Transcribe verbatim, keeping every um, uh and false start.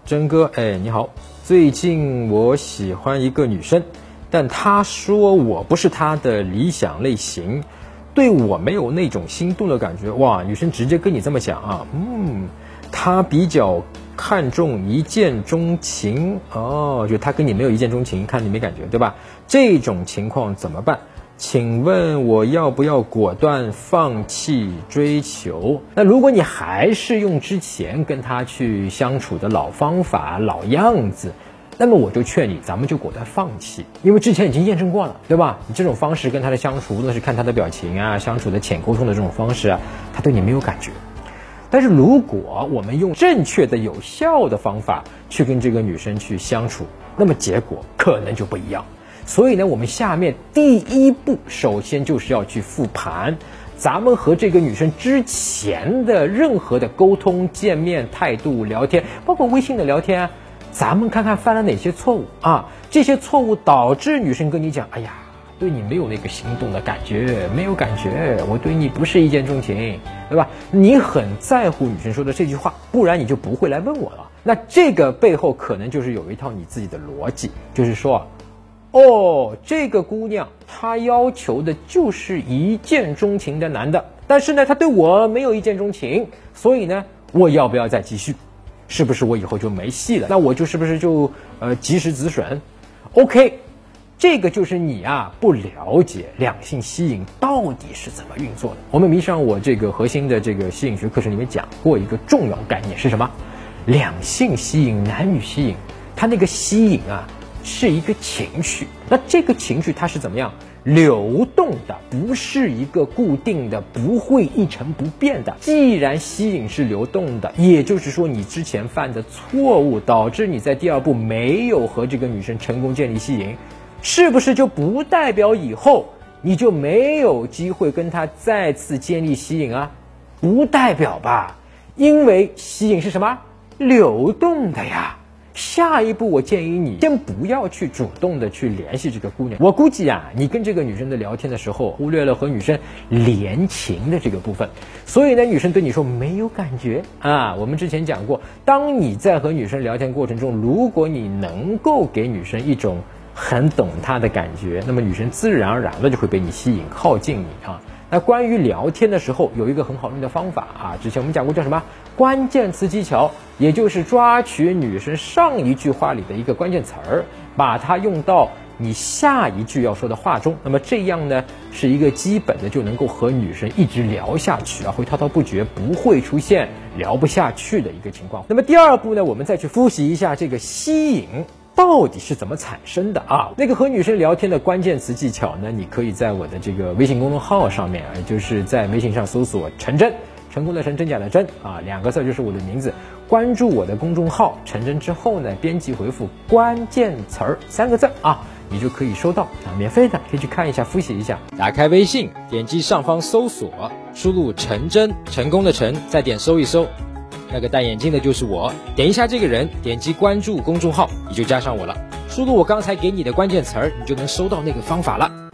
真哥，哎，你好，最近我喜欢一个女生，但她说我不是她的理想类型，对我没有那种心动的感觉。哇，女生直接跟你这么讲啊，嗯，她比较看重一见钟情哦，就她跟你没有一见钟情，看你没感觉，对吧？这种情况怎么办？请问我要不要果断放弃追求？那如果你还是用之前跟他去相处的老方法、老样子，那么我就劝你，咱们就果断放弃，因为之前已经验证过了，对吧？你这种方式跟他的相处，无论是看他的表情啊、相处的浅沟通的这种方式啊，他对你没有感觉。但是如果我们用正确的、有效的方法去跟这个女生去相处，那么结果可能就不一样。所以呢，我们下面第一步，首先就是要去复盘咱们和这个女生之前的任何的沟通、见面、态度、聊天，包括微信的聊天啊，咱们看看犯了哪些错误啊？这些错误导致女生跟你讲，哎呀，对你没有那个心动的感觉，没有感觉，我对你不是一见钟情，对吧？你很在乎女生说的这句话，不然你就不会来问我了。那这个背后可能就是有一套你自己的逻辑，就是说哦，这个姑娘她要求的就是一见钟情的男的，但是呢，她对我没有一见钟情，所以呢，我要不要再继续？是不是我以后就没戏了？那我就是不是就呃及时止损 ？OK， 这个就是你啊不了解两性吸引到底是怎么运作的。我们迷上我这个核心的这个吸引学课程里面讲过一个重要概念是什么？两性吸引、男女吸引，它那个吸引啊，是一个情绪，那这个情绪它是怎么样流动的，不是一个固定的，不会一成不变的。既然吸引是流动的，也就是说你之前犯的错误导致你在第二步没有和这个女生成功建立吸引，是不是就不代表以后你就没有机会跟她再次建立吸引啊？不代表吧，因为吸引是什么？流动的呀。下一步我建议你先不要去主动的去联系这个姑娘。我估计啊，你跟这个女生的聊天的时候忽略了和女生联情的这个部分，所以呢，女生对你说没有感觉啊。我们之前讲过，当你在和女生聊天过程中，如果你能够给女生一种很懂她的感觉，那么女生自然而然的就会被你吸引靠近你啊。那关于聊天的时候有一个很好用的方法啊，之前我们讲过叫什么关键词技巧，也就是抓取女生上一句话里的一个关键词儿，把它用到你下一句要说的话中。那么这样呢，是一个基本的就能够和女生一直聊下去啊，会滔滔不绝，不会出现聊不下去的一个情况。那么第二步呢，我们再去复习一下这个吸引到底是怎么产生的啊？那个和女生聊天的关键词技巧呢，你可以在我的这个微信公众号上面，也就是在微信上搜索陈真，成功的陈，真假的真啊，两个字就是我的名字。关注我的公众号陈真之后呢，编辑回复关键词儿三个字啊，你就可以收到啊，免费的，可以去看一下，复习一下。打开微信，点击上方搜索，输入陈真，成功的陈，再点搜一搜。那个戴眼镜的就是我，点一下这个人，点击关注公众号，你就加上我了。输入我刚才给你的关键词儿，你就能收到那个方法了。